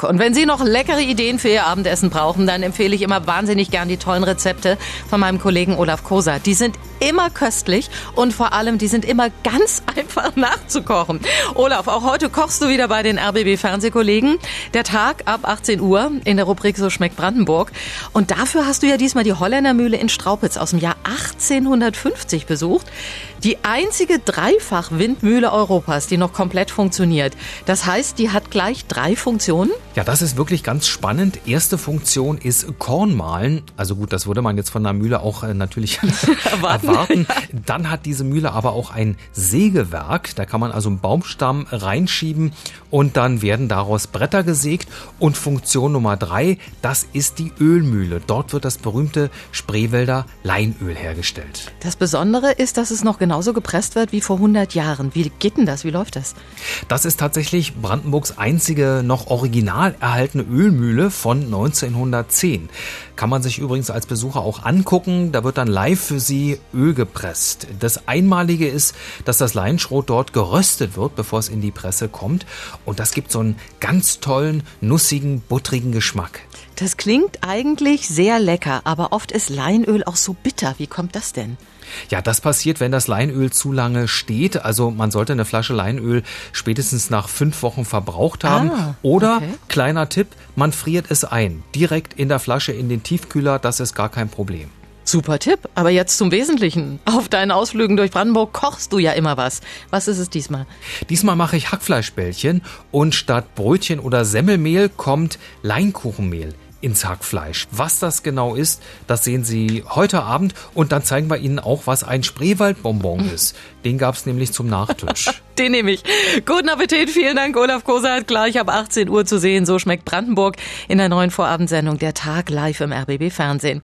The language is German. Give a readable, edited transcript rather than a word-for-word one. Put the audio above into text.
Brandenburg. Und wenn Sie noch leckere Ideen für Ihr Abendessen brauchen, dann empfehle ich immer wahnsinnig gern die tollen Rezepte von meinem Kollegen Olaf Koser. Die sind immer köstlich und vor allem, die sind immer ganz einfach nachzukochen. Olaf, auch heute kochst du wieder bei den RBB-Fernsehkollegen. Der Tag ab 18 Uhr in der Rubrik So schmeckt Brandenburg. Und dafür hast du ja diesmal die Holländermühle in Straupitz aus dem Jahr 1850 besucht. Die einzige Dreifach-Windmühle Europas, die noch komplett funktioniert. Das heißt, die hat gleich 3 Funktionen? Ja, das ist wirklich ganz spannend. Erste Funktion ist Kornmahlen. Also gut, das würde man jetzt von einer Mühle auch natürlich erwarten. Dann hat diese Mühle aber auch ein Sägewerk. Da kann man also einen Baumstamm reinschieben und dann werden daraus Bretter gesägt. Und Funktion Nummer 3, das ist die Ölmühle. Dort wird das berühmte Spreewälder Leinöl hergestellt. Das Besondere ist, dass es noch genauso gepresst wird wie vor 100 Jahren. Wie geht denn das? Wie läuft das? Das ist tatsächlich Brandenburgs einzige noch original erhaltene Ölmühle von 1910. Kann man sich übrigens als Besucher auch angucken. Da wird dann live für Sie Öl gepresst. Das Einmalige ist, dass das Leinschrot dort geröstet wird, bevor es in die Presse kommt. Und das gibt so einen ganz tollen, nussigen, buttrigen Geschmack. Das klingt eigentlich sehr lecker, aber oft ist Leinöl auch so bitter. Wie kommt das denn? Ja, das passiert, wenn das Leinöl zu lange steht. Also man sollte eine Flasche Leinöl spätestens nach 5 Wochen verbraucht haben. Oder, kleiner Tipp, man friert es ein. Direkt in der Flasche in den Tiefkühler, das ist gar kein Problem. Super Tipp, aber jetzt zum Wesentlichen. Auf deinen Ausflügen durch Brandenburg kochst du ja immer was. Was ist es diesmal? Diesmal mache ich Hackfleischbällchen und statt Brötchen oder Semmelmehl kommt Leinkuchenmehl ins Hackfleisch. Was das genau ist, das sehen Sie heute Abend und dann zeigen wir Ihnen auch, was ein Spreewaldbonbon ist. Den gab es nämlich zum Nachtisch. Den nehme ich. Guten Appetit, vielen Dank, Olaf Koser. Gleich ab 18 Uhr zu sehen. So schmeckt Brandenburg in der neuen Vorabendsendung Der Tag live im RBB Fernsehen.